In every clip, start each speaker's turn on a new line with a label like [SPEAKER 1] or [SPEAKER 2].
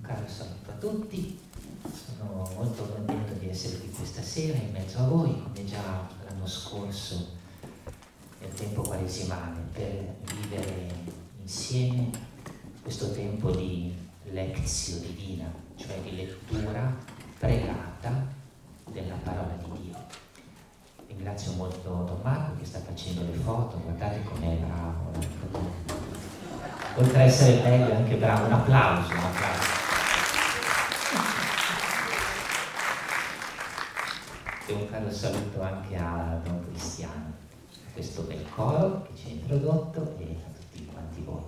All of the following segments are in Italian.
[SPEAKER 1] caro saluto a tutti, sono molto contento di essere qui questa sera in mezzo a voi, come già l'anno scorso nel tempo quaresimale, per vivere insieme questo tempo di lectio divina, cioè di lettura pregata della parola di Dio. Ringrazio molto Don Marco che sta facendo le foto, guardate com'è bravo, oltre a essere bello è anche bravo, un applauso. E un caro saluto anche a Don Cristiano, a questo bel coro che ci ha introdotto e a tutti quanti voi.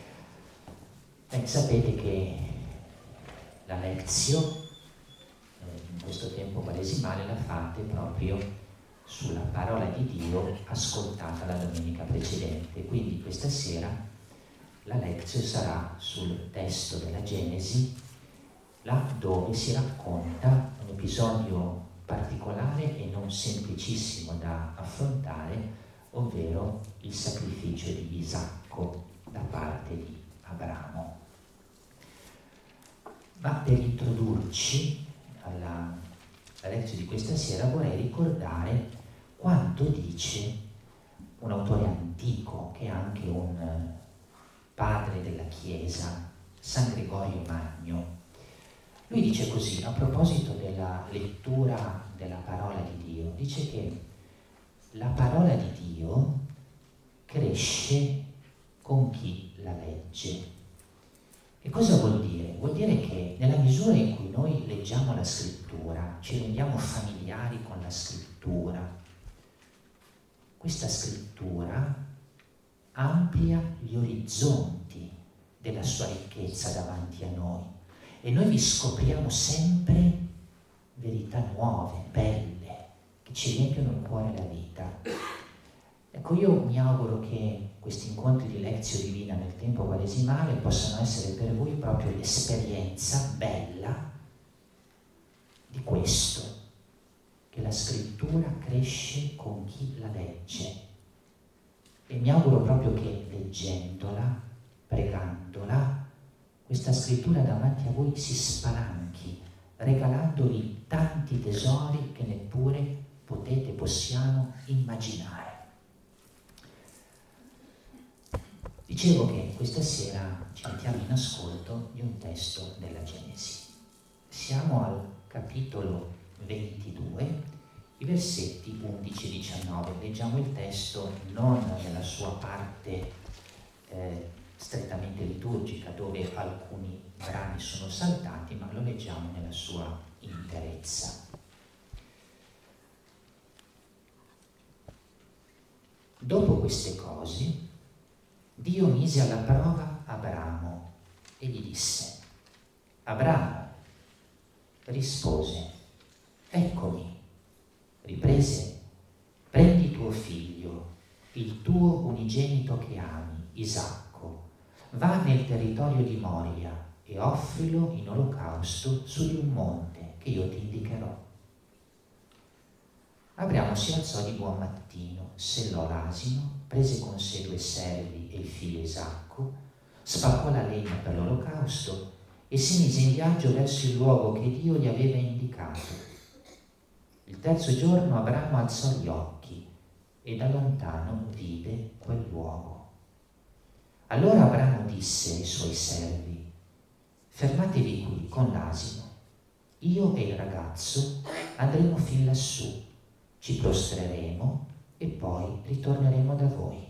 [SPEAKER 1] Sapete che la lectio in questo tempo quaresimale la fate proprio sulla parola di Dio ascoltata la domenica precedente, quindi questa sera la lectio sarà sul testo della Genesi, là dove si racconta un episodio particolare e non semplicissimo da affrontare, ovvero il sacrificio di Isacco da parte di Abramo. Ma per introdurci alla lezione di questa sera vorrei ricordare quanto dice un autore antico che è anche un padre della Chiesa, San Gregorio Magno. Lui dice così, a proposito della lettura della parola di Dio, dice che la parola di Dio cresce con chi la legge. E cosa vuol dire? Vuol dire che nella misura in cui noi leggiamo la scrittura, ci rendiamo familiari con la scrittura, questa scrittura amplia gli orizzonti della sua ricchezza davanti a noi e noi vi scopriamo sempre verità nuove, belle, che ci riempiono il cuore e la vita. Ecco, io mi auguro che questi incontri di lectio divina nel tempo quaresimale possano essere per voi proprio l'esperienza bella di questo, che la scrittura cresce con chi la legge. E mi auguro proprio che leggendola, pregandola, questa scrittura davanti a voi si spalanchi, regalandovi tanti tesori che neppure possiamo immaginare. Dicevo che questa sera ci mettiamo in ascolto di un testo della Genesi. Siamo al capitolo 22, i versetti 11-19. Leggiamo il testo non nella sua parte strettamente liturgica, dove alcuni brani sono saltati, ma lo leggiamo nella sua interezza. Dopo queste cose, Dio mise alla prova Abramo e gli disse: Abramo. Rispose: Eccomi. Riprese: Prendi tuo figlio, il tuo unigenito che ami, Isacco, va nel territorio di Moria e offrilo in olocausto su di un monte che io ti indicherò. Abramo si alzò di buon mattino, sellò l'asino, prese con sé 2 servi e il figlio Isacco, spaccò la legna per l'olocausto e si mise in viaggio verso il luogo che Dio gli aveva indicato. Il terzo giorno Abramo alzò gli occhi e da lontano vide quel luogo. Allora Abramo disse ai suoi servi: Fermatevi qui con l'asino. Io e il ragazzo andremo fin lassù, ci prostreremo e poi ritorneremo da voi.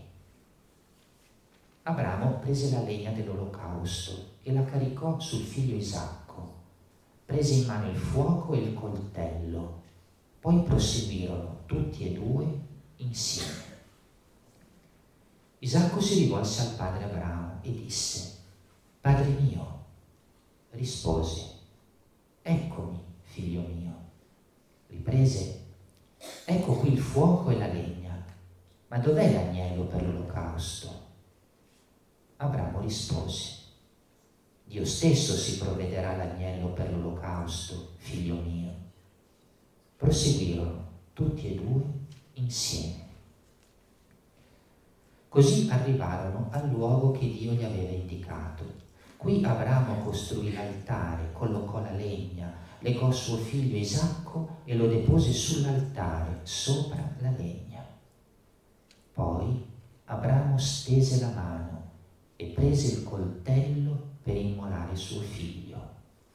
[SPEAKER 1] Abramo prese la legna dell'olocausto e la caricò sul figlio Isacco, prese in mano il fuoco e il coltello, poi proseguirono tutti e 2 insieme. Isacco si rivolse al padre Abramo e disse: Padre mio. Rispose: Eccomi, figlio mio. Riprese: Ecco qui il fuoco e la legna, ma dov'è l'agnello per l'olocausto? Abramo rispose: Dio stesso si provvederà all'agnello per l'olocausto, figlio mio. Proseguirono tutti e 2 insieme. Così arrivarono al luogo che Dio gli aveva indicato. Qui Abramo costruì l'altare, collocò la legna, legò suo figlio Isacco e lo depose sull'altare, sopra la legna. Poi Abramo stese la mano e prese il coltello per immolare suo figlio.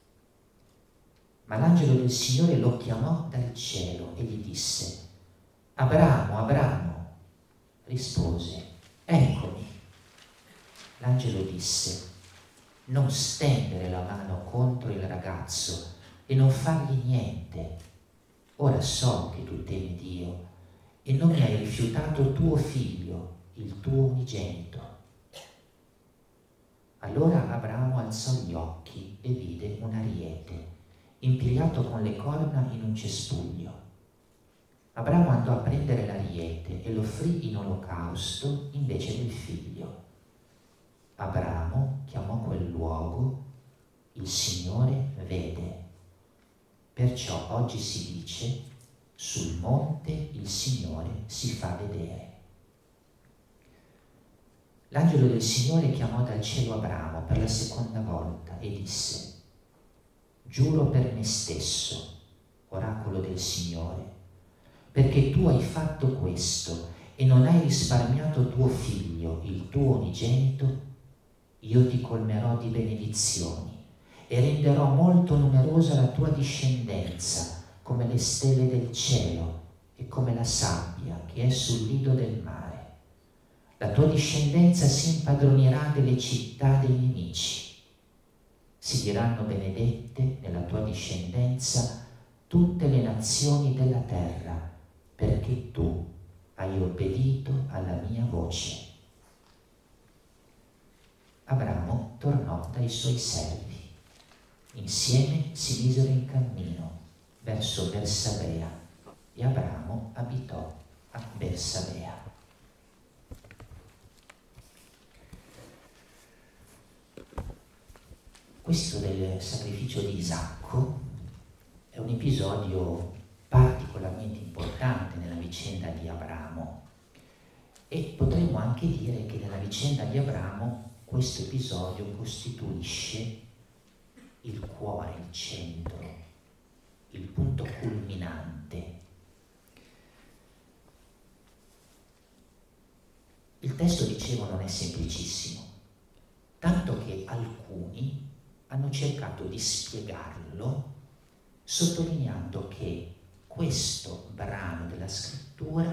[SPEAKER 1] Ma l'angelo del Signore lo chiamò dal cielo e gli disse: Abramo, Abramo. Rispose: eccomi. L'angelo disse: non stendere la mano contro il ragazzo e non fargli niente. Ora so che tu temi Dio e non mi hai rifiutato tuo figlio, il tuo unigenito. Allora Abramo alzò gli occhi e vide un ariete impigliato con le corna in un cespuglio. Abramo andò a prendere l'ariete e lo offrì in olocausto invece del figlio. Abramo chiamò quel luogo il Signore vede. Perciò oggi si dice: sul monte il Signore si fa vedere. L'angelo del Signore chiamò dal cielo Abramo per la seconda volta e disse: giuro per me stesso, oracolo del Signore, perché tu hai fatto questo e non hai risparmiato tuo figlio, il tuo unigenito, io ti colmerò di benedizioni e renderò molto numerosa la tua discendenza, come le stelle del cielo e come la sabbia che è sul lido del mare. La tua discendenza si impadronirà delle città dei nemici. Si diranno benedette nella tua discendenza tutte le nazioni della terra, perché tu hai obbedito alla mia voce. Abramo tornò dai suoi servi. Insieme si misero in cammino verso Bersabea e Abramo abitò a Bersabea. Questo del sacrificio di Isacco è un episodio particolarmente importante nella vicenda di Abramo e potremmo anche dire che nella vicenda di Abramo questo episodio costituisce il cuore, il centro, il punto culminante. Il testo, dicevo, non è semplicissimo, tanto che alcuni hanno cercato di spiegarlo sottolineando che questo brano della scrittura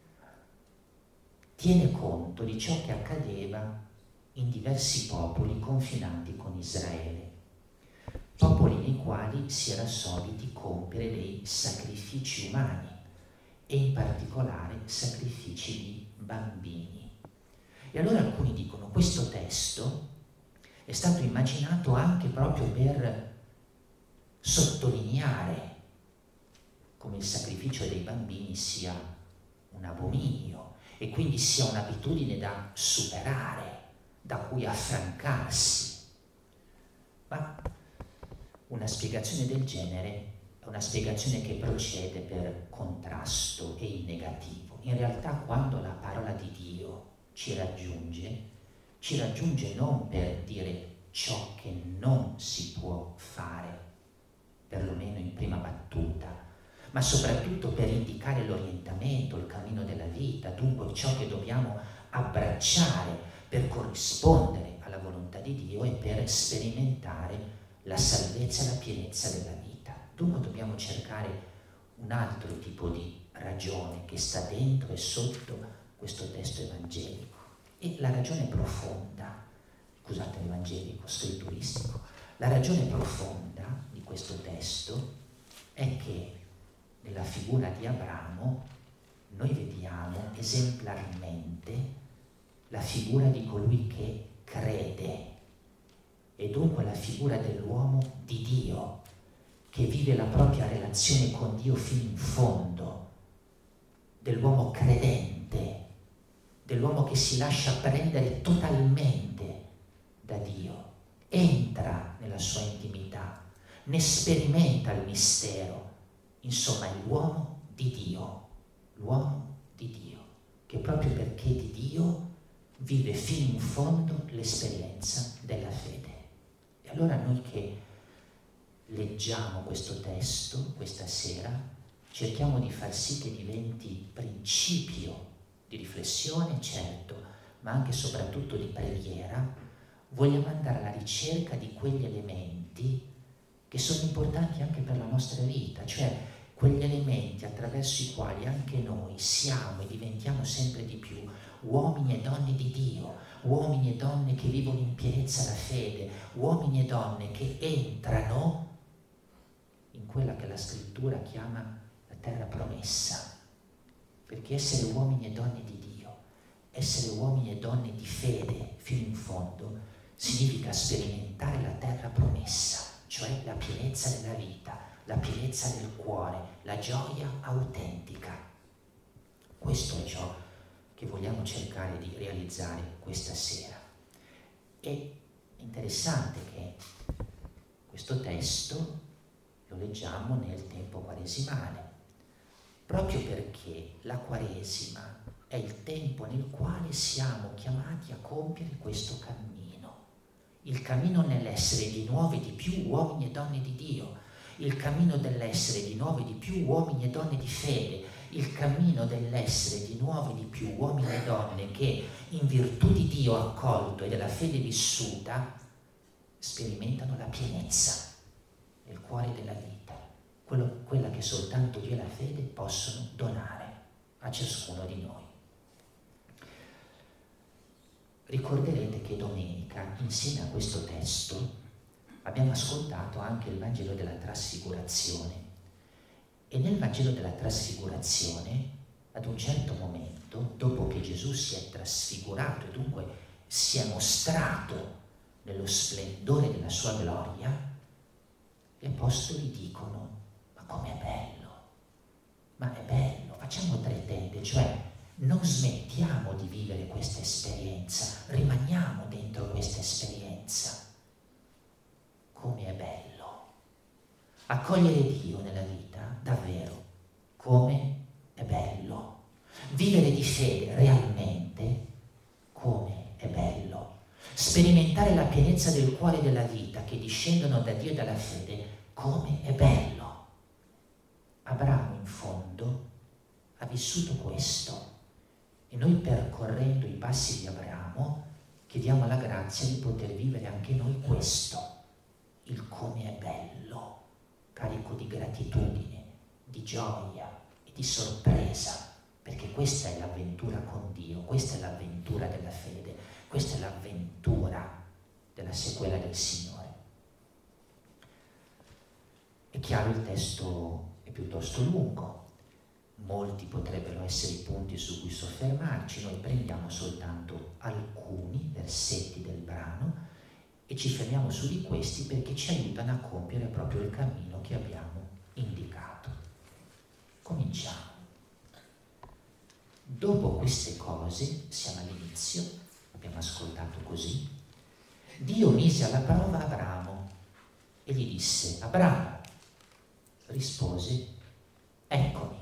[SPEAKER 1] tiene conto di ciò che accadeva in diversi popoli confinanti con Israele, popoli nei quali si era soliti compiere dei sacrifici umani e in particolare sacrifici di bambini. E allora alcuni dicono: questo testo è stato immaginato anche proprio per sottolineare come il sacrificio dei bambini sia un abominio e quindi sia un'abitudine da superare, da cui affrancarsi. Ma una spiegazione del genere è una spiegazione che procede per contrasto e in negativo. In realtà, quando la parola di Dio ci raggiunge non per dire ciò che non si può fare, perlomeno in prima battuta, ma soprattutto per indicare l'orientamento, il cammino della vita, dunque ciò che dobbiamo abbracciare per corrispondere alla volontà di Dio e per sperimentare la salvezza e la pienezza della vita. Dunque dobbiamo cercare un altro tipo di ragione che sta dentro e sotto questo testo evangelico. E la ragione profonda, scusate, evangelico, scritturistico, la ragione profonda di questo testo è che nella figura di Abramo noi vediamo esemplarmente la figura di colui che crede e dunque la figura dell'uomo di Dio che vive la propria relazione con Dio fino in fondo, dell'uomo credente, dell'uomo che si lascia prendere totalmente da Dio, entra nella sua intimità, ne sperimenta il mistero. Insomma, è l'uomo di Dio, che proprio perché di Dio vive fino in fondo l'esperienza della fede. allora noi che leggiamo questo testo questa sera, cerchiamo di far sì che diventi principio di riflessione, certo, ma anche e soprattutto di preghiera. Vogliamo andare alla ricerca di quegli elementi che sono importanti anche per la nostra vita, cioè quegli elementi attraverso i quali anche noi siamo e diventiamo sempre di più uomini e donne di Dio, uomini e donne che vivono in pienezza la fede, uomini e donne che entrano in quella che la scrittura chiama la terra promessa, perché essere uomini e donne di Dio, essere uomini e donne di fede fino in fondo, significa sperimentare la terra promessa, cioè la pienezza della vita, la pienezza del cuore, la gioia autentica. Questo è ciò che vogliamo cercare di realizzare questa sera. È interessante che questo testo lo leggiamo nel tempo quaresimale, proprio perché la Quaresima è il tempo nel quale siamo chiamati a compiere questo cammino, il cammino nell'essere di nuovo e di più uomini e donne di Dio, il cammino dell'essere di nuovo e di più uomini e donne di fede, il cammino dell'essere di nuovo e di più uomini e donne che in virtù di Dio accolto e della fede vissuta sperimentano la pienezza nel cuore della vita, quella che soltanto Dio e la fede possono donare a ciascuno di noi. Ricorderete che domenica, insieme a questo testo, abbiamo ascoltato anche il Vangelo della Trasfigurazione. E nel Vangelo della Trasfigurazione, ad un certo momento, dopo che Gesù si è trasfigurato e dunque si è mostrato nello splendore della sua gloria, gli apostoli dicono: ma com'è bello, ma è bello, facciamo 3 tende, cioè non smettiamo di vivere questa esperienza, rimaniamo dentro questa esperienza. Come è bello accogliere Dio nella vita, davvero, come è bello vivere di fede realmente, come è bello sperimentare la pienezza del cuore e della vita che discendono da Dio e dalla fede, come è bello. Abramo in fondo ha vissuto questo e noi, percorrendo i passi di Abramo, chiediamo la grazia di poter vivere anche noi questo, il come è bello, carico di gratitudine, di gioia e di sorpresa, perché questa è l'avventura con Dio, questa è l'avventura della fede, questa è l'avventura della sequela del Signore. È chiaro, il testo è piuttosto lungo, molti potrebbero essere i punti su cui soffermarci, noi prendiamo soltanto alcuni versetti del brano e ci fermiamo su di questi perché ci aiutano a compiere proprio il cammino che abbiamo indicato. Cominciamo. Dopo queste cose, siamo all'inizio, abbiamo ascoltato così, Dio mise alla prova Abramo e gli disse: Abramo. Rispose: eccomi.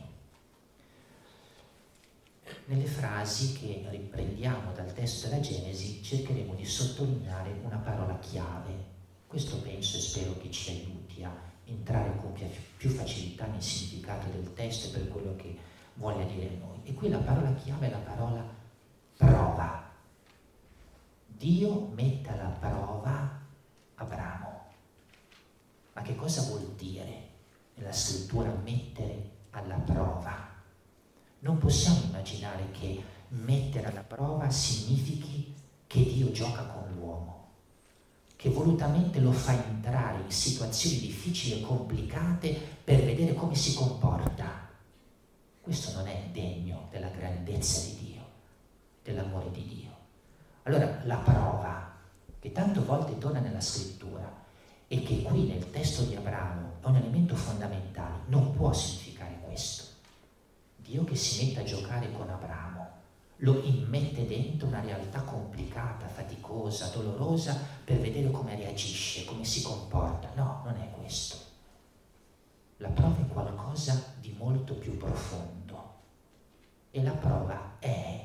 [SPEAKER 1] Nelle frasi che riprendiamo dal testo della Genesi cercheremo di sottolineare una parola chiave. Questo penso e spero che ci aiuti a entrare con più facilità nel significato del testo e per quello che voglia dire a noi. E qui la parola chiave è la parola prova. Dio mette alla prova Abramo. Ma che cosa vuol dire nella scrittura mettere alla prova? Non possiamo immaginare che mettere alla prova significhi che Dio gioca con l'uomo, che volutamente lo fa entrare in situazioni difficili e complicate per vedere come si comporta. Questo non è degno della grandezza di Dio, dell'amore di Dio. Allora la prova, che tante volte torna nella scrittura e che qui nel testo di Abramo è un elemento fondamentale, non può significare questo. Dio che si mette a giocare con Abramo lo immette dentro una realtà complicata, faticosa, dolorosa per vedere come reagisce, come si comporta. No, non è questo. La prova è qualcosa di molto più profondo e la prova è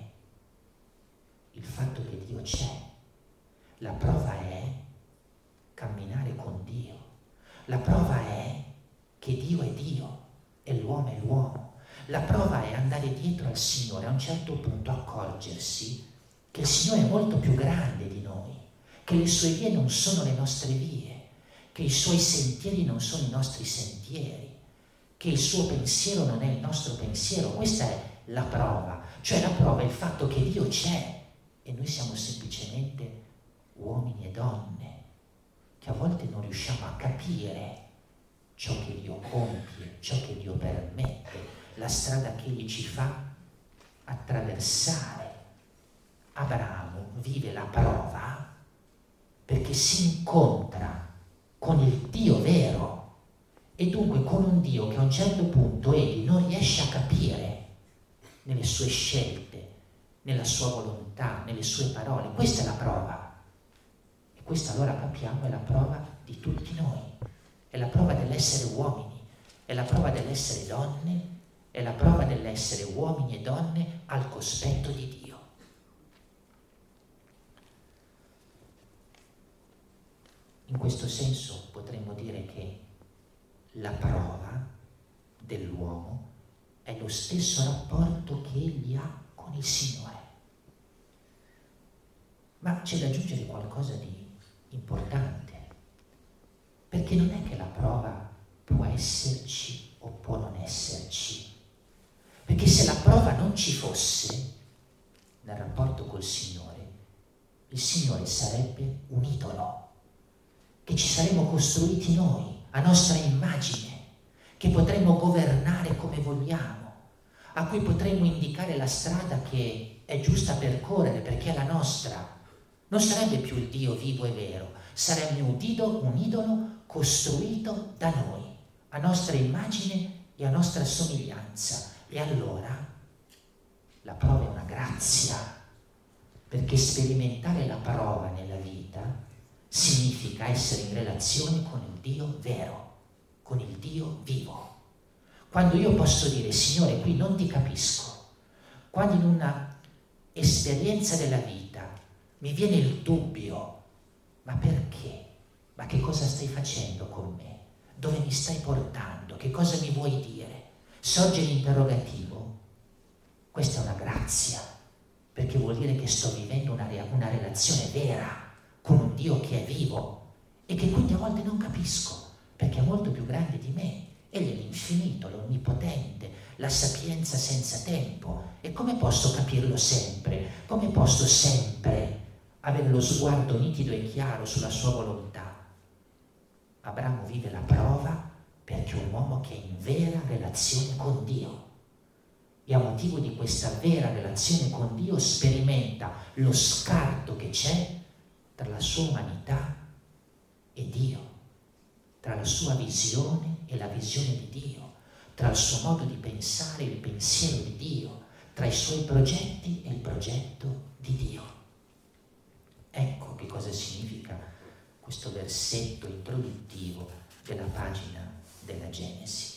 [SPEAKER 1] il fatto che Dio c'è. La prova è camminare La prova è andare dietro al Signore, a un certo punto accorgersi che il Signore è molto più grande di noi, che le sue vie non sono le nostre vie, che i suoi sentieri non sono i nostri sentieri, che il suo pensiero non è il nostro pensiero. Questa è la prova, cioè la prova è il fatto che Dio c'è e noi siamo semplicemente uomini e donne che a volte non riusciamo a capire ciò che Dio compie, ciò che Dio permette, la strada che Egli ci fa attraversare. Abramo vive la prova perché si incontra con il Dio vero e dunque con un Dio che a un certo punto egli non riesce a capire nelle sue scelte, nella sua volontà, nelle sue parole. Questa è la prova. E questa allora capiamo è la prova di tutti noi, è la prova dell'essere uomini, è la prova dell'essere donne, è la prova dell'essere uomini e donne al cospetto di Dio. In questo senso potremmo dire che la prova dell'uomo è lo stesso rapporto che egli ha con il Signore. Ma c'è da aggiungere qualcosa di importante, perché non è che la prova può esserci o può non esserci, perché se la prova non ci fosse nel rapporto col Signore, il Signore sarebbe un idolo che ci saremmo costruiti noi, a nostra immagine, che potremmo governare come vogliamo, a cui potremmo indicare la strada che è giusta percorrere perché è la nostra. Non sarebbe più il Dio vivo e vero, sarebbe un idolo costruito da noi, a nostra immagine e a nostra somiglianza. E allora la prova è una grazia, perché sperimentare la prova nella vita significa essere in relazione con il Dio vero, con il Dio vivo. Quando io posso dire, Signore, qui non ti capisco, quando in una esperienza della vita mi viene il dubbio, ma perché? Ma che cosa stai facendo con me? Dove mi stai portando? Che cosa mi vuoi dire? Sorge l'interrogativo. Questa è una grazia, perché vuol dire che sto vivendo una relazione vera con un Dio che è vivo e che quindi a volte non capisco, perché è molto più grande di me. Egli è l'infinito, l'onnipotente, la sapienza senza tempo. E come posso capirlo sempre? Come posso sempre avere lo sguardo nitido e chiaro sulla sua volontà? Abramo vive la prova perché è un uomo che è in vera relazione con Dio. E a motivo di questa vera relazione con Dio sperimenta lo scarto che c'è tra la sua umanità e Dio, tra la sua visione e la visione di Dio, tra il suo modo di pensare e il pensiero di Dio, tra i suoi progetti e il progetto di Dio. Ecco che cosa significa questo versetto introduttivo della pagina della Genesi.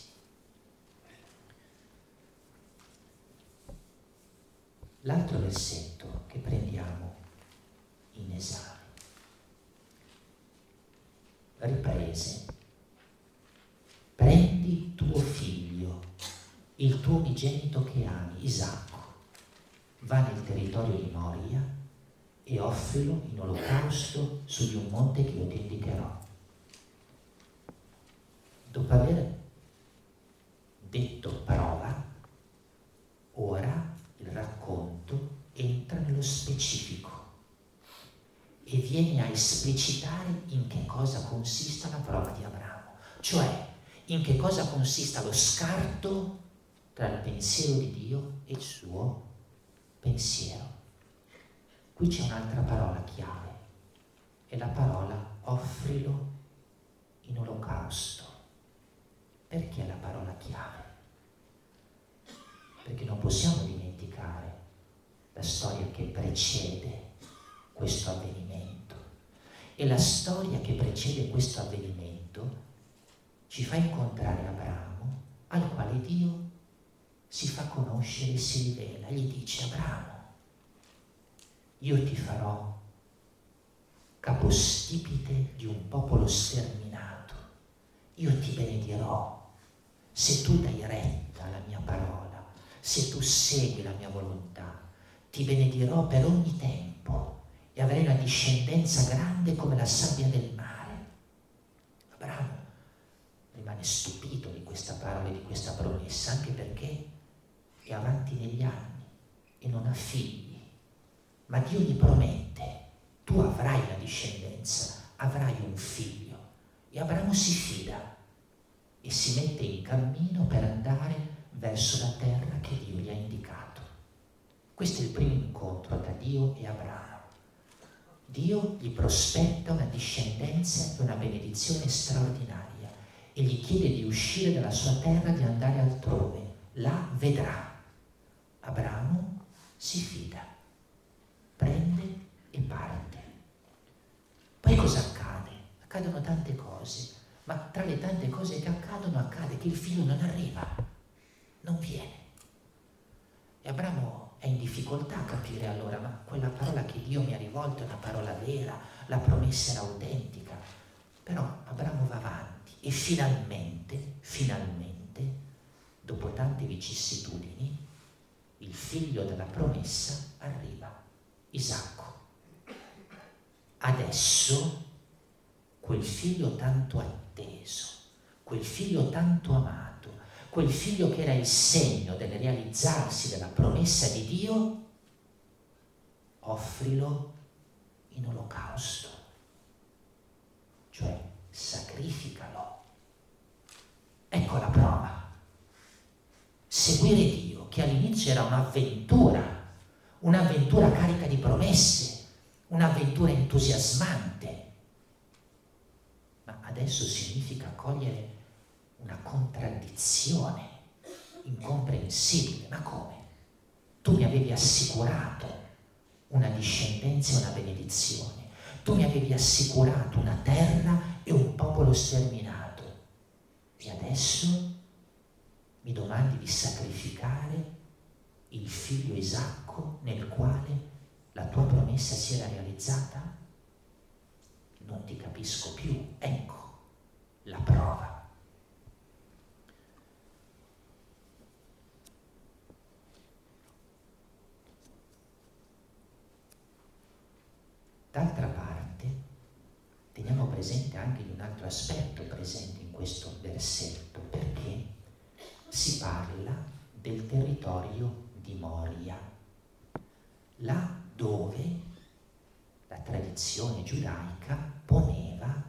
[SPEAKER 1] L'altro versetto che prendiamo in esame. Riprese: prendi tuo figlio, il tuo unigenito che ami, Isacco, va nel territorio di Moria e offrilo in olocausto su di un monte che io ti indicherò. Dopo aver detto prova, ora il racconto entra nello specifico e viene a esplicitare in che cosa consista la prova di Abramo, cioè in che cosa consista lo scarto tra il pensiero di Dio e il suo pensiero. Qui c'è un'altra parola chiave, è la parola offrilo in olocausto. Perché la parola chiave? Perché non possiamo dimenticare la storia che precede questo avvenimento. E la storia che precede questo avvenimento ci fa incontrare Abramo, al quale Dio si fa conoscere e si rivela. Gli dice: Abramo, io ti farò capostipite di un popolo sterminato, io ti benedirò se tu dai retta alla mia parola. se tu segui la mia volontà, ti benedirò per ogni tempo e avrai una discendenza grande come la sabbia del mare. Abramo rimane stupito di questa parola e di questa promessa, anche perché è avanti negli anni e non ha figli, ma Dio gli promette: tu avrai una discendenza, avrai un figlio. E Abramo si fida e si mette in cammino per andare verso la terra che Dio gli ha indicato. Questo è il primo incontro tra Dio e Abramo. Dio gli prospetta una discendenza e una benedizione straordinaria e gli chiede di uscire dalla sua terra e di andare altrove. Là vedrà. Abramo si fida, prende e parte. Poi cosa accade? Accadono tante cose, ma tra le tante cose che accadono accade che il figlio non arriva, non viene. E Abramo è in difficoltà a capire allora, ma quella parola che Dio mi ha rivolto è una parola vera, la promessa era autentica. Però Abramo va avanti e finalmente, dopo tante vicissitudini, il figlio della promessa arriva, Isacco. Adesso quel figlio tanto atteso, quel figlio tanto amato, quel figlio che era il segno del realizzarsi della promessa di Dio, offrilo in olocausto, cioè sacrificalo. Ecco la prova. Seguire Dio, che all'inizio era un'avventura carica di promesse, un'avventura entusiasmante, ma adesso significa cogliere una contraddizione incomprensibile. Ma come? Tu mi avevi assicurato una discendenza e una benedizione, tu mi avevi assicurato una terra e un popolo sterminato, e adesso mi domandi di sacrificare il figlio Isacco nel quale la tua promessa si era realizzata? Non ti capisco più. Ecco la prova. D'altra parte, teniamo presente anche un altro aspetto presente in questo versetto, perché si parla del territorio di Moria, là dove la tradizione giudaica poneva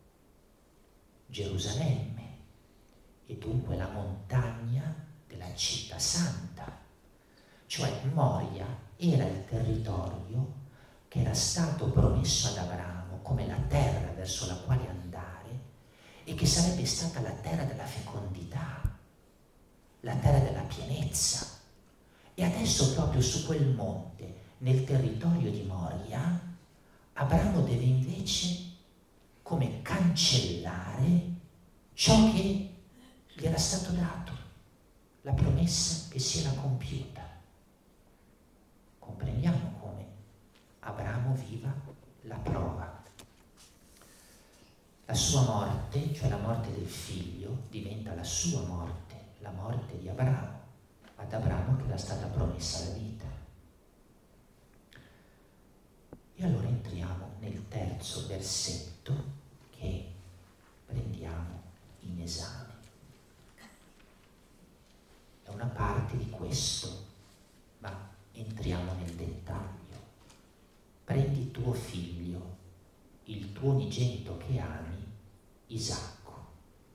[SPEAKER 1] Gerusalemme e dunque la montagna della città santa. Cioè Moria era il territorio che era stato promesso ad Abramo come la terra verso la quale andare e che sarebbe stata la terra della fecondità, la terra della pienezza. E adesso proprio su quel monte, nel territorio di Moria, Abramo deve invece come cancellare ciò che gli era stato dato, la promessa che si era compiuta. Comprendiamo come Abramo viva la prova. La sua morte, cioè la morte del figlio, diventa la sua morte, la morte di Abramo, ad Abramo che era stata promessa la vita. E allora entriamo nel terzo versetto che prendiamo in esame. È una parte di questo, ma entriamo nel dettaglio. Prendi tuo figlio, il tuo unigenito che ami, Isacco.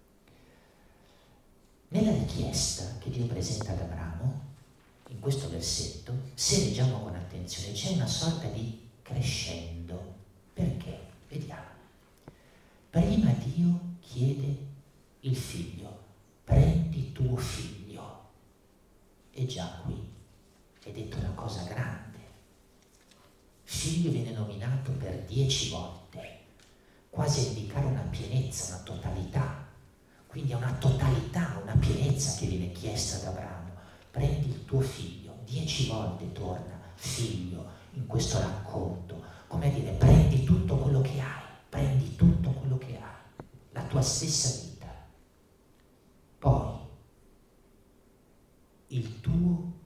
[SPEAKER 1] Nella richiesta che Dio presenta ad Abramo, in questo versetto, se leggiamo con attenzione, c'è una sorta di crescendo. Perché? Vediamo. Prima Dio chiede il figlio, prendi tuo figlio. E già qui è detto una cosa grande. Figlio viene nominato per 10 volte, quasi a indicare una pienezza, una totalità. Quindi è una totalità, una pienezza che viene chiesta ad Abramo. Prendi il tuo figlio, 10 volte torna figlio in questo racconto, come a dire prendi tutto quello che hai, prendi tutto quello che hai, la tua stessa vita. Poi il tuo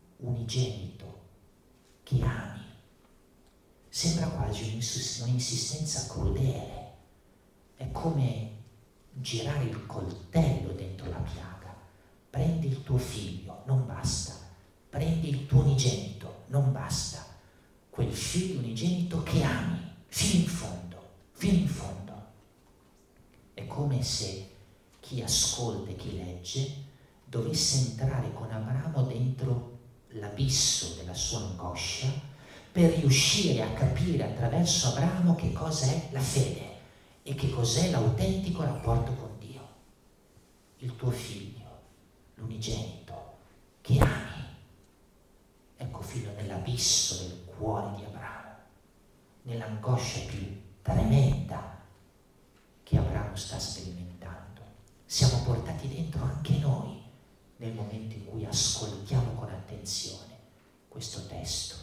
[SPEAKER 1] sembra quasi un'insistenza crudele. È come girare il coltello dentro la piaga. Prendi il tuo figlio, non basta. Prendi il tuo unigenito, non basta. Quel figlio unigenito che ami, fino in fondo, fino in fondo. È come se chi ascolta e chi legge dovesse entrare con Abramo dentro l'abisso della sua angoscia per riuscire a capire attraverso Abramo che cosa è la fede e che cos'è l'autentico rapporto con Dio. Il tuo figlio, l'unigenito, che ami. Ecco fino nell'abisso del cuore di Abramo, nell'angoscia più tremenda che Abramo sta sperimentando. Siamo portati dentro anche noi nel momento in cui ascoltiamo con attenzione questo testo.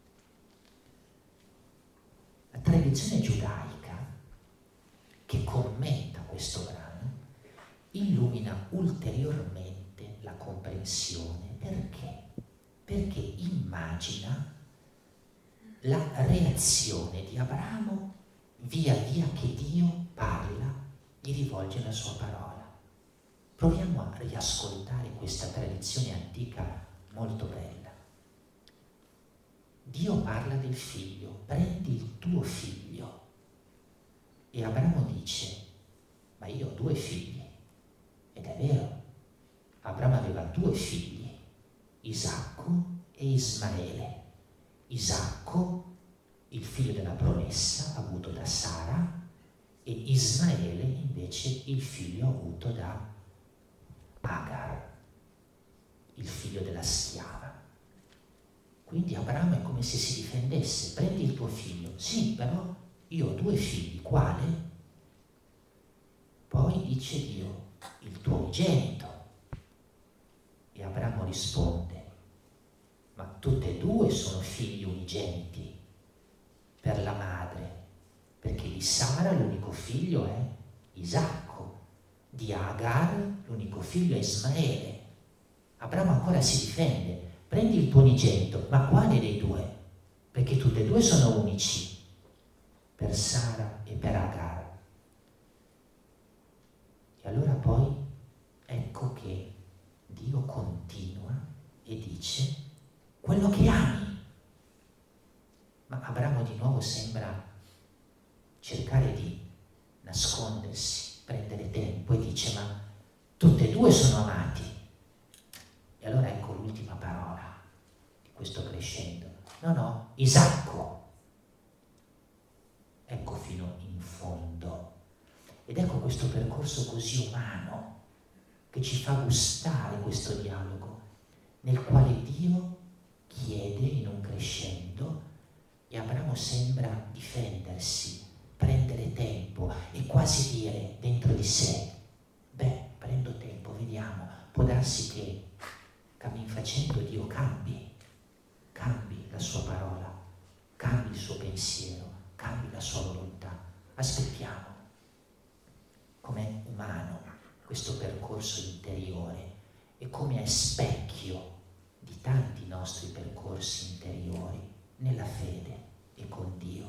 [SPEAKER 1] La tradizione giudaica che commenta questo brano illumina ulteriormente la comprensione. Perché? Perché immagina la reazione di Abramo via via che Dio parla, gli rivolge la sua parola. Proviamo a riascoltare questa tradizione antica molto bella. Dio parla del figlio, prendi il tuo figlio. E Abramo dice, ma io ho 2 figli. Ed è vero, Abramo aveva 2 figli, Isacco e Ismaele. Isacco, il figlio della promessa, avuto da Sara, e Ismaele invece il figlio avuto da Agar, il figlio della schiava. Quindi Abramo è come se si difendesse, prendi il tuo figlio. Sì, però io ho 2 figli, quale? Poi dice Dio, il tuo unigenito. E Abramo risponde, ma tutte e 2 sono figli unigeniti per la madre, perché di Sara l'unico figlio è Isacco, di Agar l'unico figlio è Ismaele. Abramo ancora si difende, prendi il tuo unigenito, ma quale dei 2? Perché tutte e 2 sono unici, per Sara e per Agar. E allora poi ecco che Dio continua e dice, quello che ami. Ma Abramo di nuovo sembra cercare di nascondersi, prendere tempo e dice, ma tutte e 2 sono amati. E allora ecco l'ultima parola di questo crescendo. No, Isacco. Ecco fino in fondo. Ed ecco questo percorso così umano che ci fa gustare questo dialogo, nel quale Dio chiede in un crescendo e Abramo sembra difendersi, prendere tempo e quasi dire dentro di sé, prendo tempo, vediamo, può darsi che cammin facendo Dio cambi la sua parola, cambi il suo pensiero, cambi la sua volontà. Aspettiamo. Com'è umano questo percorso interiore e come è specchio di tanti nostri percorsi interiori nella fede e con Dio.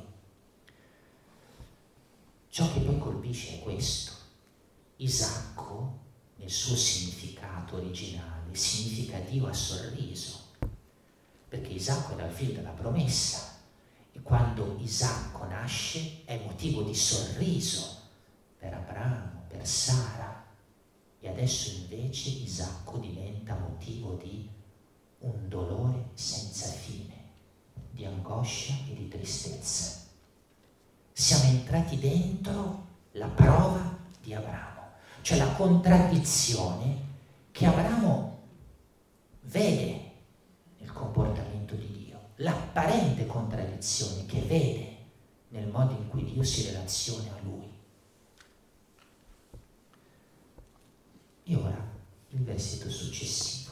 [SPEAKER 1] Ciò che poi colpisce è questo. Isacco, nel suo significato originale, significa Dio ha sorriso, perché Isacco era il figlio della promessa e quando Isacco nasce è motivo di sorriso per Abramo, per Sara, e adesso invece Isacco diventa motivo di un dolore senza fine, di angoscia e di tristezza. Siamo entrati dentro la prova di Abramo, cioè la contraddizione che Abramo vede nel comportamento di Dio, l'apparente contraddizione che vede nel modo in cui Dio si relaziona a lui. E ora il versetto successivo.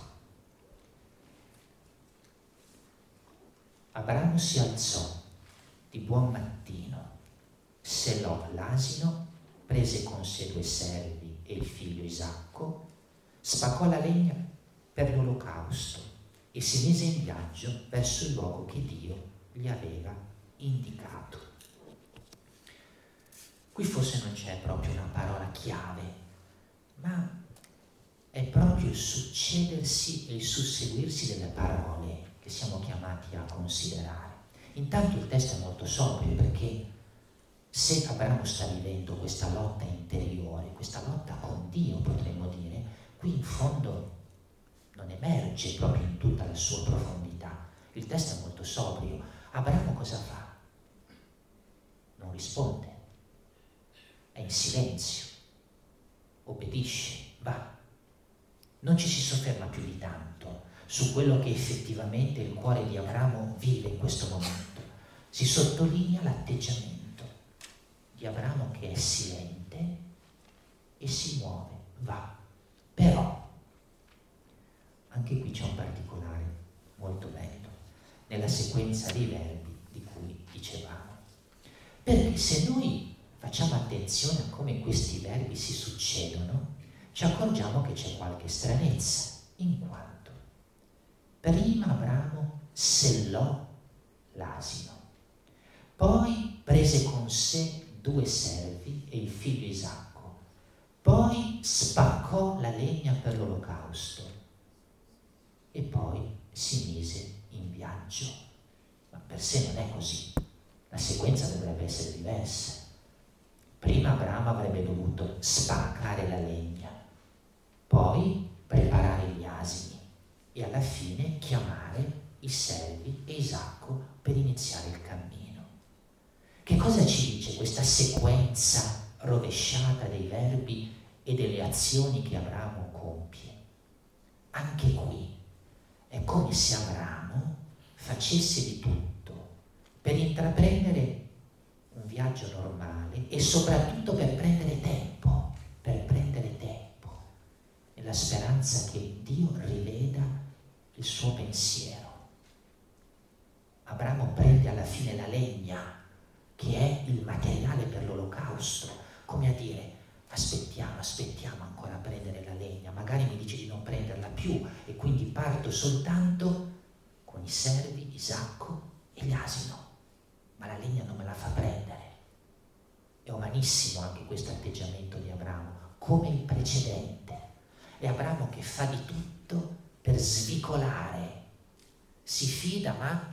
[SPEAKER 1] Abramo si alzò di buon mattino, selò l'asino, prese con sé 2 servi e il figlio Isacco, spaccò la legna per l'olocausto e si mise in viaggio verso il luogo che Dio gli aveva indicato. Qui forse non c'è proprio una parola chiave, ma è proprio il succedersi e il susseguirsi delle parole che siamo chiamati a considerare. Intanto il testo è molto sobrio, perché se Abramo sta vivendo questa lotta interiore, questa lotta con Dio, potremmo dire, qui in fondo non emerge proprio in tutta la sua profondità. Il testo è molto sobrio. Abramo cosa fa? Non risponde, è in silenzio, obbedisce, va. Non ci si sofferma più di tanto su quello che effettivamente il cuore di Abramo vive in questo momento. Si sottolinea l'atteggiamento di Abramo, che è silente e si muove, va. Però, anche qui c'è un particolare molto bello, nella sequenza dei verbi di cui dicevamo. Perché se noi facciamo attenzione a come questi verbi si succedono, ci accorgiamo che c'è qualche stranezza, in quanto prima Abramo sellò l'asino, poi prese con sé 2 servi e il figlio Isacco, poi spaccò la legna per l'olocausto e poi si mise in viaggio. Ma per sé non è così, la sequenza dovrebbe essere diversa. Prima Abramo avrebbe dovuto spaccare la legna, poi preparare gli asini e alla fine chiamare i servi e Isacco per iniziare il cammino. Che cosa ci dice questa sequenza rovesciata dei verbi e delle azioni che Abramo compie? Anche qui è come se Abramo facesse di tutto per intraprendere un viaggio normale e soprattutto per prendere tempo, nella speranza che Dio riveda il suo pensiero. Abramo prende alla fine la legna, che è il materiale per l'olocausto, come a dire: aspettiamo ancora a prendere la legna, magari mi dice di non prenderla più e quindi parto soltanto con i servi, Isacco e l'asino, ma la legna non me la fa prendere. È umanissimo anche questo atteggiamento di Abramo, come il precedente. È Abramo che fa di tutto per svicolare, si fida, ma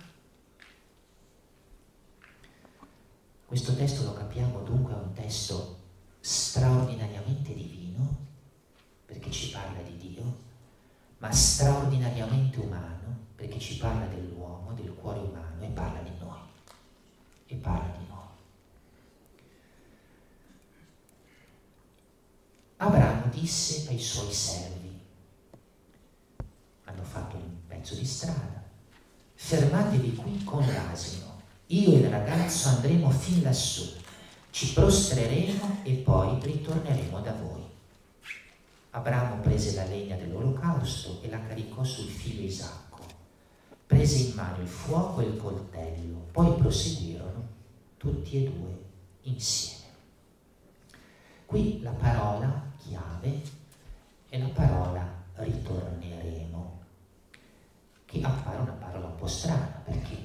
[SPEAKER 1] questo testo, lo capiamo dunque, è un testo straordinariamente divino, perché ci parla di Dio, ma straordinariamente umano, perché ci parla dell'uomo, del cuore umano, e parla di noi. Abramo disse ai suoi servi, hanno fatto un pezzo di strada: fermatevi qui con l'asino, io e il ragazzo andremo fin lassù, ci prostreremo e poi ritorneremo da voi. Abramo prese la legna dell'olocausto e la caricò sul figlio Isacco, prese in mano il fuoco e il coltello, poi proseguirono tutti e 2 insieme. Qui la parola chiave è la parola ritorneremo, che appare una parola un po' strana, perché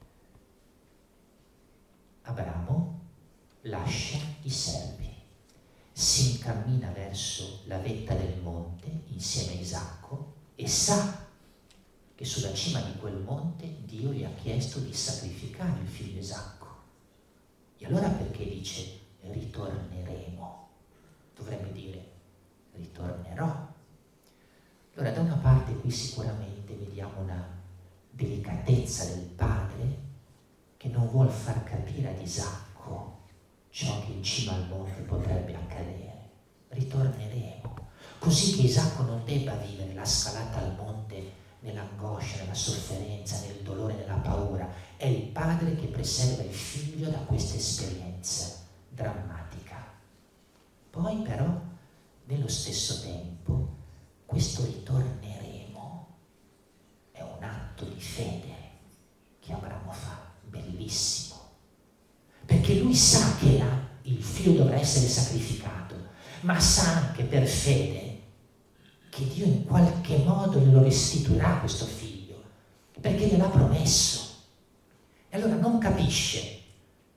[SPEAKER 1] Abramo lascia i servi, si incammina verso la vetta del monte insieme a Isacco e sa che sulla cima di quel monte Dio gli ha chiesto di sacrificare il figlio Isacco. E allora perché dice ritorneremo? Dovrebbe dire ritornerò. Allora, da una parte qui sicuramente vediamo una delicatezza del padre che non vuol far capire ad Isacco ciò che in cima al monte potrebbe accadere. Ritorneremo, così che Isacco non debba vivere la scalata al monte nell'angoscia, nella sofferenza, nel dolore, nella paura. È il padre che preserva il figlio da questa esperienza drammatica. Poi però, nello stesso tempo, questo ritorneremo è un atto di fede che Abramo fa, bellissimo, perché lui sa che il figlio dovrà essere sacrificato, ma sa anche per fede che Dio in qualche modo glielo restituirà questo figlio, perché gliel'ha promesso. E allora non capisce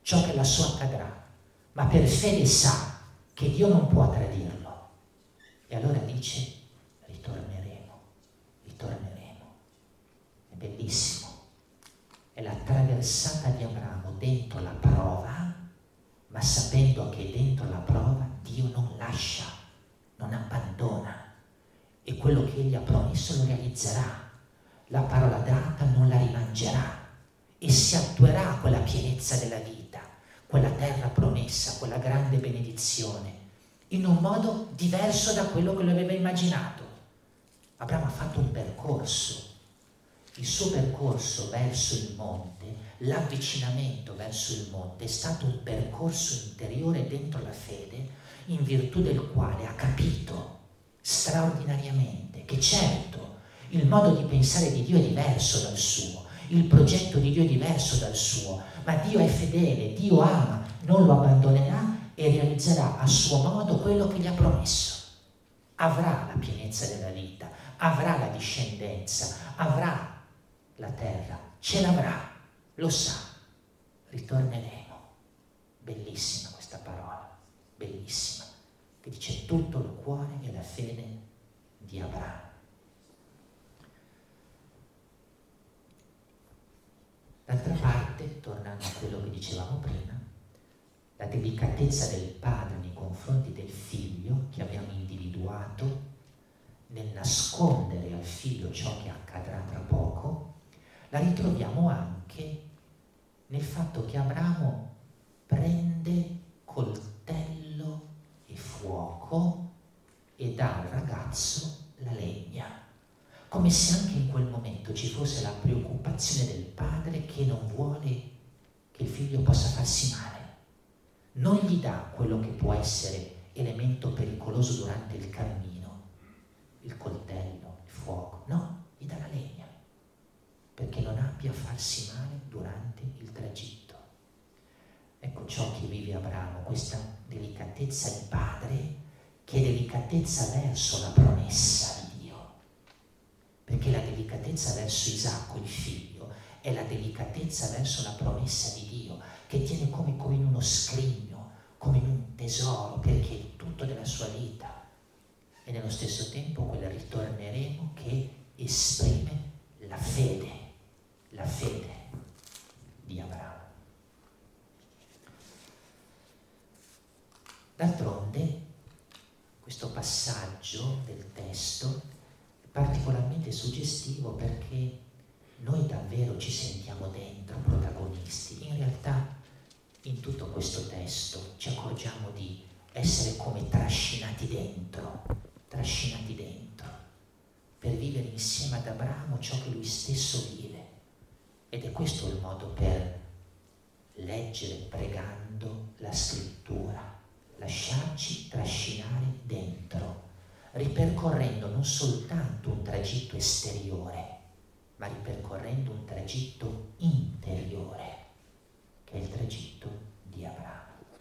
[SPEAKER 1] ciò che lassù accadrà, ma per fede sa che Dio non può tradirlo. E allora dice, ritorneremo. È bellissimo. È la traversata di Abramo dentro la prova, ma sapendo che dentro la prova Dio non lascia, non abbandona, e quello che Egli ha promesso lo realizzerà. La parola data non la rimangerà e si attuerà quella pienezza della vita, quella terra promessa, quella grande benedizione, in un modo diverso da quello che lo aveva immaginato. Abramo ha fatto un percorso. Il suo percorso verso il monte, l'avvicinamento verso il monte, è stato un percorso interiore dentro la fede, in virtù del quale ha capito straordinariamente che certo il modo di pensare di Dio è diverso dal suo, il progetto di Dio è diverso dal suo, ma Dio è fedele, Dio ama, non lo abbandonerà e realizzerà a suo modo quello che gli ha promesso. Avrà la pienezza della vita, avrà la discendenza, avrà la terra, ce l'avrà, lo sa, ritorneremo. Bellissima questa parola, bellissima, che dice tutto il cuore e la fede di Abramo. D'altra parte, tornando a quello che dicevamo prima, la delicatezza del padre nei confronti del figlio che abbiamo individuato nel nascondere al figlio ciò che accadrà tra poco, la ritroviamo anche nel fatto che Abramo prende coltello e fuoco e dà al ragazzo la legna, come se anche in quel momento ci fosse la preoccupazione del padre che non vuole che il figlio possa farsi male. Non gli dà quello che può essere elemento pericoloso durante il cammino, il coltello, il fuoco, no, gli dà la legna, perché non abbia a farsi male durante il tragitto. Ecco ciò che vive Abramo, questa delicatezza di padre, che è delicatezza verso la promessa di Dio, perché la delicatezza verso Isacco, il figlio, è la delicatezza verso la promessa di Dio, che tiene come in uno scrigno, come in un tesoro, perché è il tutto della sua vita, e nello stesso tempo quel ritorneremo che esprime la fede di Abramo. D'altronde, questo passaggio del testo è particolarmente suggestivo perché noi davvero ci sentiamo dentro protagonisti. In realtà, in tutto questo testo ci accorgiamo di essere come trascinati dentro, per vivere insieme ad Abramo ciò che lui stesso vive. Ed è questo il modo per leggere, pregando la scrittura, lasciarci trascinare dentro, ripercorrendo non soltanto un tragitto esteriore, ma ripercorrendo un tragitto interiore, che è il tragitto di Abramo.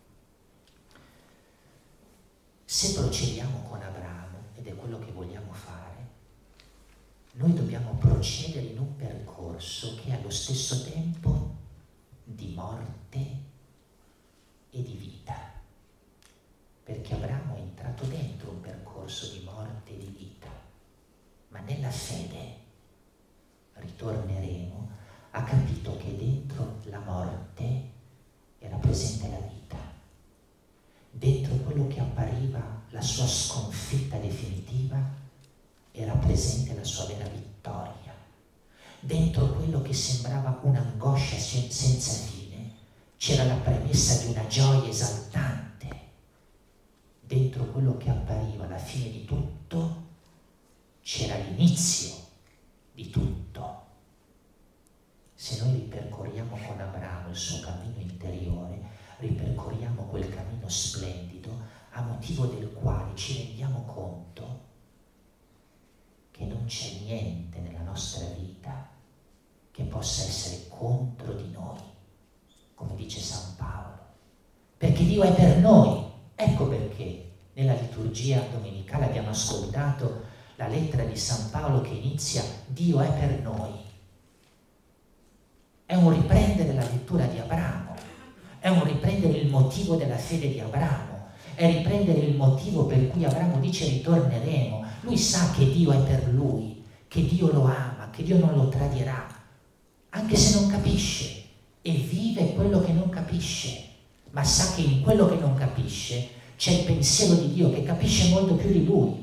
[SPEAKER 1] Se procediamo con Abramo, ed è quello che vogliamo fare, noi dobbiamo procedere in un percorso che è allo stesso tempo di morte e di vita, perché Abramo è entrato dentro un percorso di morte e di vita, ma nella fede, ritorneremo, ha capito che dentro la morte era presente la vita, dentro quello che appariva la sua sconfitta definitiva era presente la sua vera vittoria, dentro quello che sembrava un'angoscia senza fine c'era la premessa di una gioia esaltante, dentro quello che appariva la fine di tutto c'era l'inizio di tutto. Se noi ripercorriamo con Abramo il suo cammino interiore, ripercorriamo quel cammino splendido a motivo del quale ci rendiamo conto che non c'è niente nella nostra vita che possa essere contro di noi, come dice San Paolo, perché Dio è per noi. Ecco perché nella liturgia domenicale abbiamo ascoltato la lettera di San Paolo che inizia Dio è per noi. È un riprendere la lettura di Abramo, è un riprendere il motivo della fede di Abramo, è riprendere il motivo per cui Abramo dice ritorneremo. Lui sa che Dio è per lui, che Dio lo ama, che Dio non lo tradirà, anche se non capisce, e vive quello che non capisce, ma sa che in quello che non capisce c'è il pensiero di Dio che capisce molto più di lui.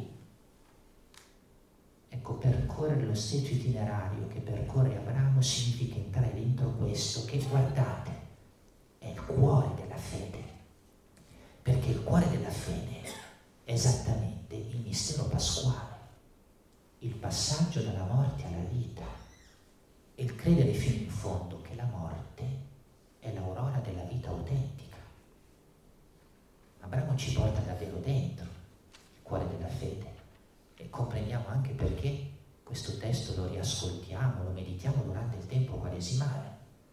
[SPEAKER 1] Ecco, percorrere lo stesso itinerario che percorre Abramo significa entrare dentro questo che, guardate, è il cuore della fede, perché il cuore della fede è esattamente il mistero pasquale, il passaggio dalla morte alla vita, e il credere fino in fondo che la morte è l'aurora della vita autentica. Abramo ci porta davvero dentro il cuore della fede, e comprendiamo anche perché questo testo lo riascoltiamo, lo meditiamo durante il tempo quaresimale.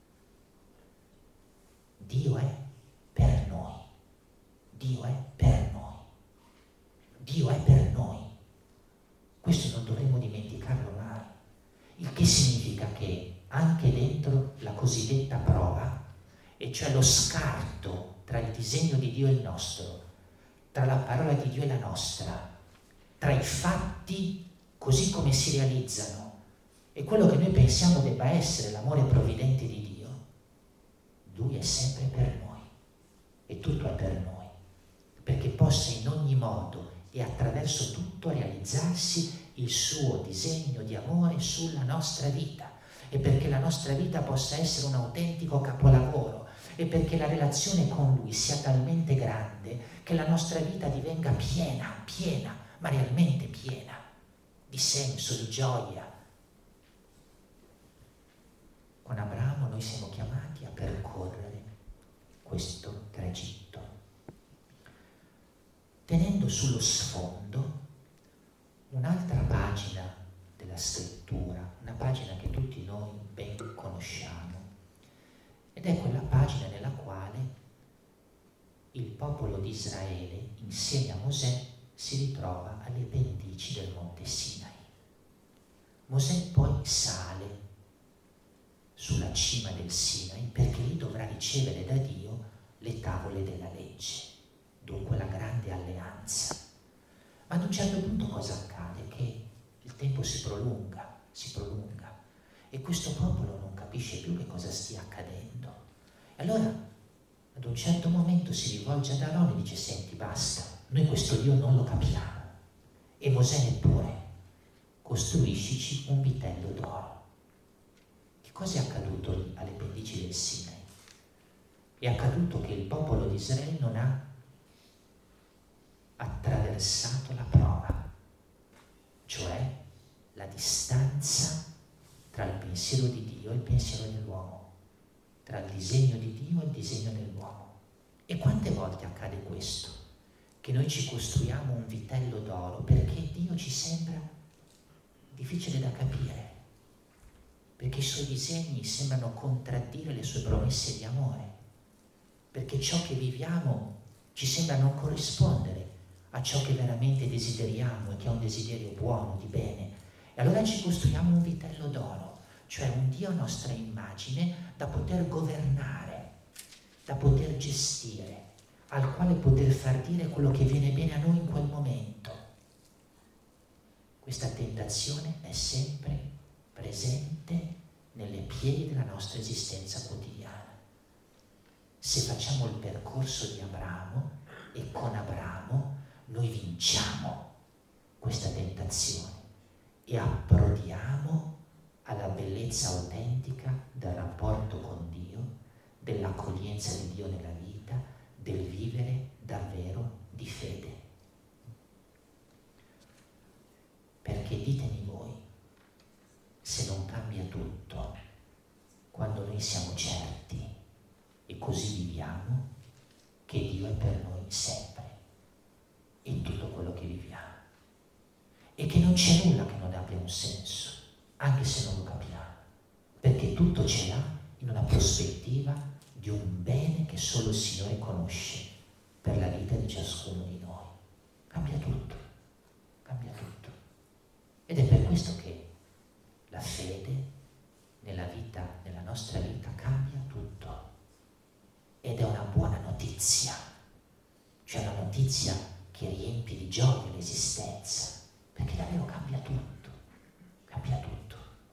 [SPEAKER 1] Dio è per noi, Dio è per noi, Dio è per noi. Questo non dovremmo dimenticarlo mai, il che significa che anche dentro la cosiddetta prova, e cioè lo scarto tra il disegno di Dio e il nostro, tra la parola di Dio e la nostra, tra i fatti così come si realizzano e quello che noi pensiamo debba essere l'amore provvidente di Dio, Lui è sempre per noi e tutto è per noi, perché possa in ogni modo e attraverso tutto realizzarsi il suo disegno di amore sulla nostra vita, e perché la nostra vita possa essere un autentico capolavoro, e perché la relazione con Lui sia talmente grande che la nostra vita divenga piena, ma realmente piena, di senso, di gioia. Con Abramo noi siamo chiamati a percorrere questo tragitto, tenendo sullo sfondo un'altra pagina della scrittura, una pagina che tutti noi ben conosciamo, ed è quella pagina nella quale il popolo di Israele, insieme a Mosè, si ritrova alle pendici del monte Sinai. Mosè poi sale sulla cima del Sinai perché lì dovrà ricevere da Dio le tavole della legge, dunque la grande alleanza. Ma ad un certo punto cosa accade? Che il tempo si prolunga, e questo popolo non capisce più che cosa stia accadendo. E allora ad un certo momento si rivolge ad Aronne e dice: senti, basta, noi questo Dio non lo capiamo, e Mosè neppure, costruiscici un vitello d'oro. Che cosa è accaduto lì alle pendici del Sinai? È accaduto che il popolo di Israele non ha attraversato la prova, cioè la distanza tra il pensiero di Dio e il pensiero dell'uomo, tra il disegno di Dio e il disegno dell'uomo. E quante volte accade questo? Che noi ci costruiamo un vitello d'oro perché Dio ci sembra difficile da capire, perché i suoi disegni sembrano contraddire le sue promesse di amore, perché ciò che viviamo ci sembra non corrispondere a ciò che veramente desideriamo, e che è un desiderio buono, di bene. E allora ci costruiamo un vitello d'oro, cioè un Dio a nostra immagine da poter governare, da poter gestire, al quale poter far dire quello che viene bene a noi in quel momento. Questa tentazione è sempre presente nelle pieghe della nostra esistenza quotidiana. Se facciamo il percorso di Abramo, e con Abramo noi vinciamo questa tentazione e approdiamo alla bellezza autentica del rapporto con Dio, dell'accoglienza di Dio nella vita, del vivere davvero di fede. Perché ditemi voi, se non cambia tutto quando noi siamo certi e così viviamo che Dio è per noi sempre in tutto quello che viviamo, e che non c'è nulla che non abbia un senso, anche se non lo capiamo, perché tutto ce l'ha in una prospettiva di un bene che solo il Signore conosce per la vita di ciascuno di noi. Cambia tutto. Ed è per questo che la fede nella nostra vita cambia tutto, ed è una buona notizia. notizia, cioè una notizia che riempie di gioia l'esistenza, perché davvero cambia tutto, cambia tutto.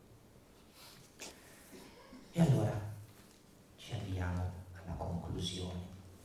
[SPEAKER 1] E allora ci avviamo alla conclusione.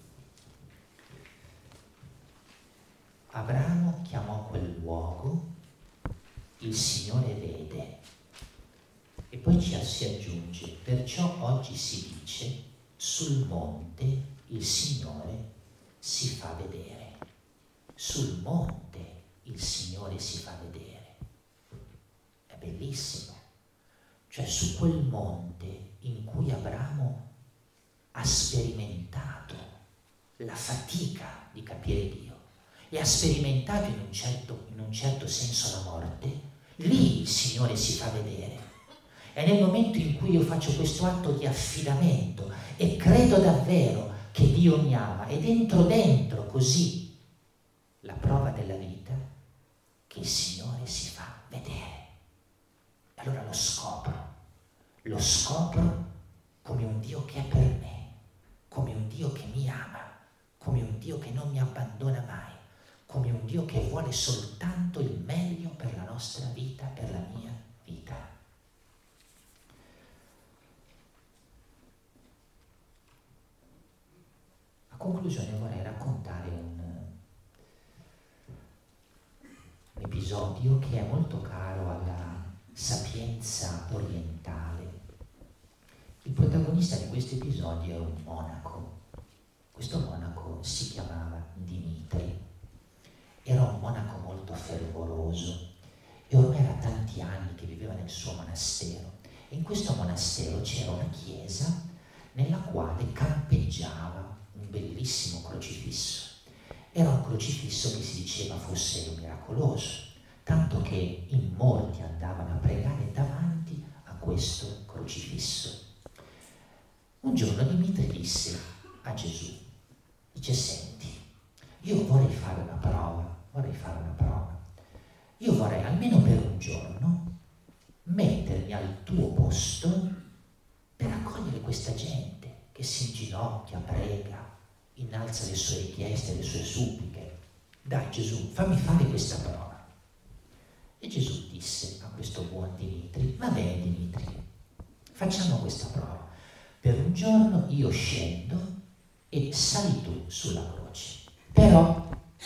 [SPEAKER 1] Abramo chiamò quel luogo il Signore vede, e poi si aggiunge, perciò oggi si dice sul monte il Signore si fa vedere. Sul monte il Signore si fa vedere. È bellissimo. Cioè su quel monte in cui Abramo ha sperimentato la fatica di capire Dio e ha sperimentato in un certo senso la morte, lì il Signore si fa vedere. È nel momento in cui io faccio questo atto di affidamento e credo davvero che Dio mi ama, e dentro così la prova della vita, che il Signore si fa vedere. E allora lo scopro come un Dio che è per me, come un Dio che mi ama, come un Dio che non mi abbandona mai, come un Dio che vuole soltanto il meglio per la nostra vita, per la mia vita. A conclusione vorrei raccontare un episodio che è molto caro alla sapienza orientale. Il protagonista di questo episodio è un monaco. Questo monaco si chiamava Dimitri. Era un monaco molto fervoroso e ormai era tanti anni che viveva nel suo monastero. E in questo monastero c'era una chiesa nella quale campeggiava un bellissimo crocifisso. Era un crocifisso che si diceva fosse miracoloso, tanto che in molti andavano a pregare davanti a questo crocifisso. Un giorno Dimitri disse a Gesù, dice: senti, io vorrei fare una prova. Io vorrei almeno per un giorno mettermi al tuo posto per accogliere questa gente che si inginocchia, prega, innalza le sue richieste, le sue suppliche. Dai Gesù, fammi fare questa prova. E Gesù disse a questo buon Dimitri: va bene Dimitri, facciamo questa prova. Per un giorno io scendo e sali tu sulla croce. Però,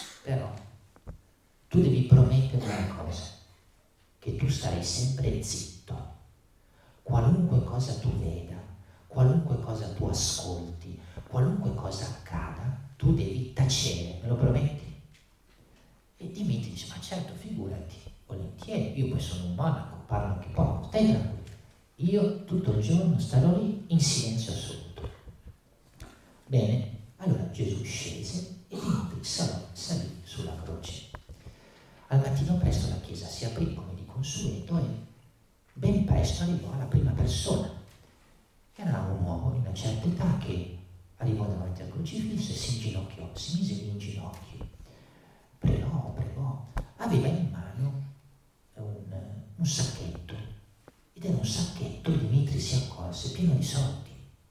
[SPEAKER 1] tu devi promettere una cosa, che tu starai sempre zitto. Qualunque cosa tu veda, qualunque cosa tu ascolti, qualunque cosa accada, tu devi tacere, me lo prometti? E Dimitri dice: ma certo, figurati, volentieri, io poi sono un monaco, parlo anche poco, stai tranquillo. Io tutto il giorno starò lì in silenzio assoluto. Bene, allora Gesù scese e Dimitri salì sulla croce. Al mattino presto la chiesa si aprì come di consueto e ben presto arrivò la prima persona. Era un uomo di una certa età che arrivò davanti al crocifisso e si inginocchiò, si mise lì in ginocchio. Pregò. Aveva in mano un sacchetto, ed era un sacchetto, Dimitri si accorse, pieno di soldi.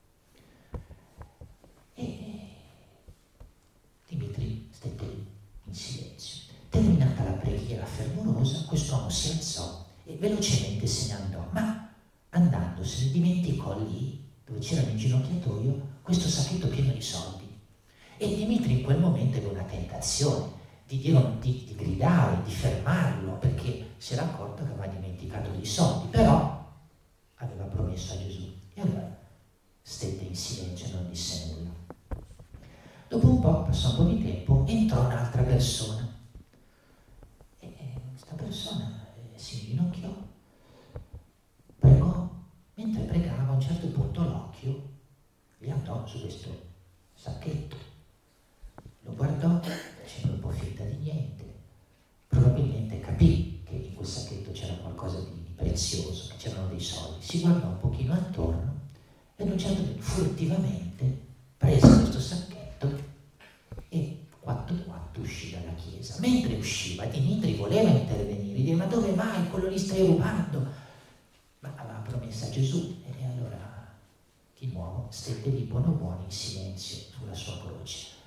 [SPEAKER 1] E Dimitri stette lì in silenzio. Terminata la preghiera fervorosa, quest'uomo si alzò e velocemente se ne andò, ma andandosene dimenticò lì, dove c'era l'inginocchiatoio, questo sacchetto pieno di soldi. E Dimitri in quel momento aveva una tentazione di gridare, di fermarlo, perché si era accorto che aveva dimenticato dei soldi, però aveva promesso a Gesù. E allora stette in silenzio e non disse nulla. Dopo un po', passò un po' di tempo, entrò un'altra persona. E questa persona si inginocchiò, pregò. Mentre pregava, a un certo punto l'occhio gli andò su questo sacchetto. Lo guardò, facendo un po' finta di niente. Probabilmente capì che in quel sacchetto c'era qualcosa di prezioso, che c'erano dei soldi. Si guardò un pochino attorno e ad un certo punto furtivamente prese questo sacchetto e quatto uscì dalla chiesa. Mentre usciva, Dimitri voleva intervenire, dire: ma dove vai? Quello lì stai rubando. Ma aveva promesso a Gesù, e allora di nuovo stette lì buono in silenzio sulla sua croce.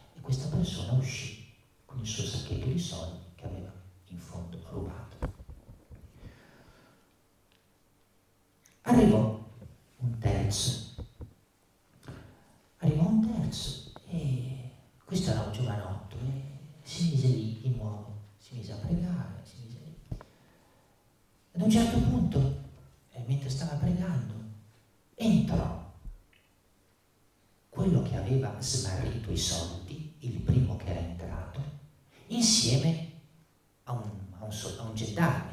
[SPEAKER 1] questo era un giovanotto e si mise lì di nuovo, si mise a pregare, si mise lì. Ad un certo punto, mentre stava pregando, entrò quello che aveva smarrito i soldi, il primo che era entrato, insieme a un gendarme.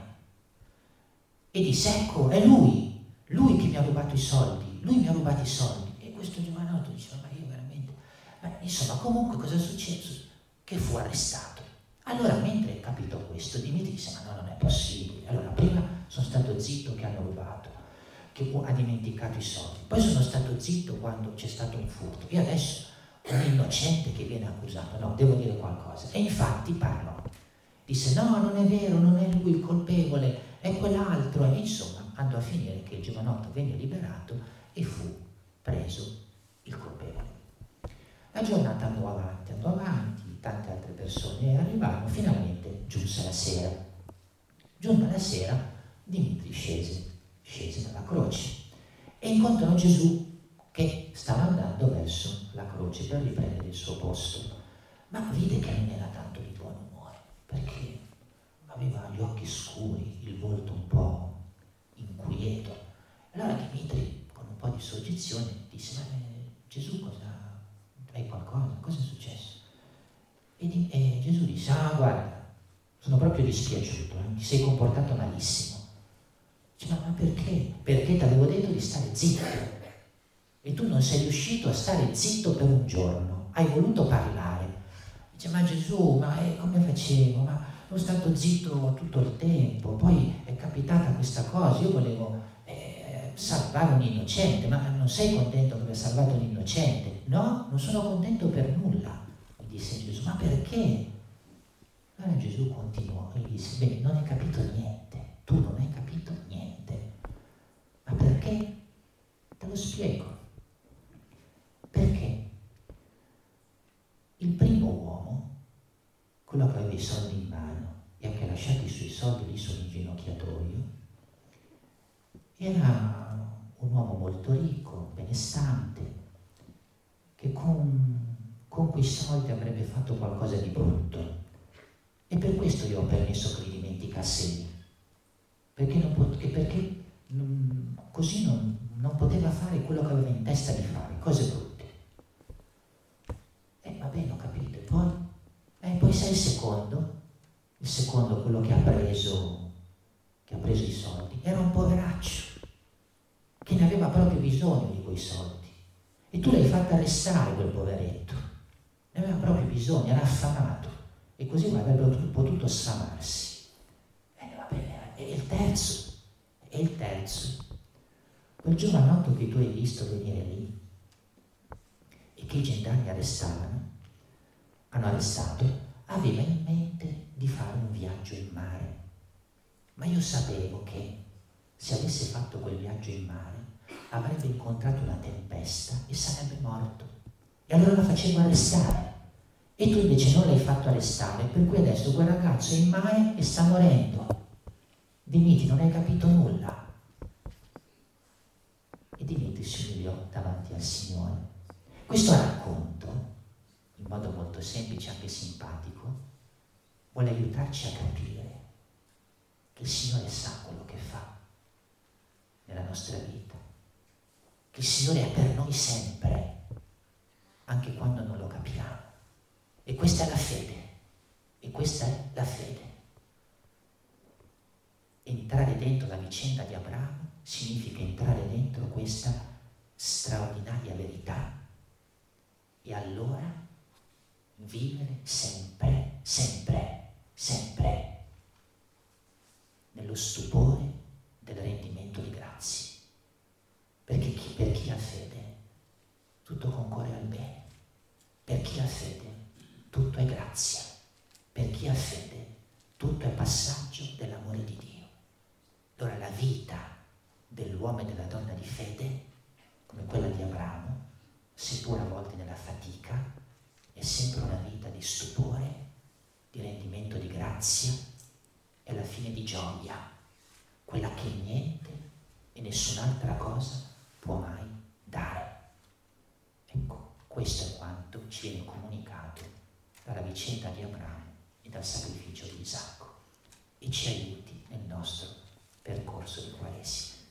[SPEAKER 1] E disse: ecco, è lui che mi ha rubato i soldi, lui mi ha rubato i soldi. E questo giovanotto diceva: ma io veramente... insomma, comunque cosa è successo? Che fu arrestato. Allora, mentre capitò questo, Dimitri disse: ma no, non è possibile. Allora, prima sono stato zitto che hanno rubato, che ha dimenticato i soldi, poi sono stato zitto quando c'è stato un furto, e adesso un innocente che viene accusato. No, devo dire qualcosa. E infatti parlò, disse: no, non è vero, non è lui il colpevole, è quell'altro. E insomma andò a finire che il giovanotto venne liberato e fu preso il colpevole. La giornata andò avanti, tante altre persone arrivarono, finalmente giunse la sera. Giunta la sera, Dimitri scese dalla croce e incontrò Gesù che stava andando verso la croce per riprendere il suo posto, ma vide che non era tanto di buon umore, perché aveva gli occhi scuri, il volto un po' inquieto. Allora Dimitri, con un po' di soggezione, disse: ma Gesù, hai qualcosa? Cosa è successo? E Gesù disse: ah, guarda, sono proprio dispiaciuto, ti sei comportato malissimo. Dice: ma perché? Perché ti avevo detto di stare zitto e tu non sei riuscito a stare zitto per un giorno, hai voluto parlare. Dice: ma Gesù, ma come facevo? Ma sono stato zitto tutto il tempo, poi è capitata questa cosa, io volevo salvare un innocente. Ma non sei contento che abbia salvato un innocente? No, non sono contento per nulla, mi disse Gesù. Ma perché? Allora Gesù continuò e gli disse: beh, non hai capito niente, tu non hai capito niente. Ma perché? Te lo spiego. Perché il primo uomo, quello che aveva i soldi in mano e che ha lasciato i suoi soldi lì sull'inginocchiatoio, era un uomo molto ricco, benestante, che con quei soldi avrebbe fatto qualcosa di brutto. E per questo io ho permesso che li dimenticasse, perché così non poteva fare quello che aveva in testa di fare, cose brutte. Va bene, ho capito. E poi sai il secondo, quello che ha preso i soldi, era un poveraccio che ne aveva proprio bisogno di quei soldi. E tu l'hai fatto arrestare quel poveretto, ne aveva proprio bisogno, era affamato. E così avrebbe potuto sfamarsi. Va bene, e il terzo, quel giovanotto che tu hai visto venire lì e che i gendarmi hanno arrestato, aveva in mente di fare un viaggio in mare. Ma io sapevo che se avesse fatto quel viaggio in mare avrebbe incontrato una tempesta e sarebbe morto. E allora lo facevo arrestare. E tu invece non l'hai fatto arrestare, per cui adesso quel ragazzo è in mare e sta morendo. Dimitri, non hai capito nulla. E Dimitri si umiliò davanti al Signore. Questo racconto, in modo molto semplice e anche simpatico, vuole aiutarci a capire che il Signore sa quello che fa nella nostra vita, che il Signore è per noi sempre, anche quando non lo capiamo. E questa è la fede, Entrare dentro la vicenda di Abramo significa entrare dentro questa straordinaria verità e allora vivere sempre nello stupore del rendimento di grazie. Perché per chi ha fede tutto concorre al bene, per chi ha fede tutto è grazia, per chi ha fede tutto è passaggio dell'amore di Dio. Allora la vita dell'uomo e della donna di fede, come quella di Abramo, seppur a volte nella fatica, è sempre una vita di stupore, di rendimento di grazia e alla fine di gioia, quella che niente e nessun'altra cosa può mai dare. Ecco, questo è quanto ci viene comunicato dalla vicenda di Abramo e dal sacrificio di Isacco e ci aiuti nel nostro percorso di Quaresima.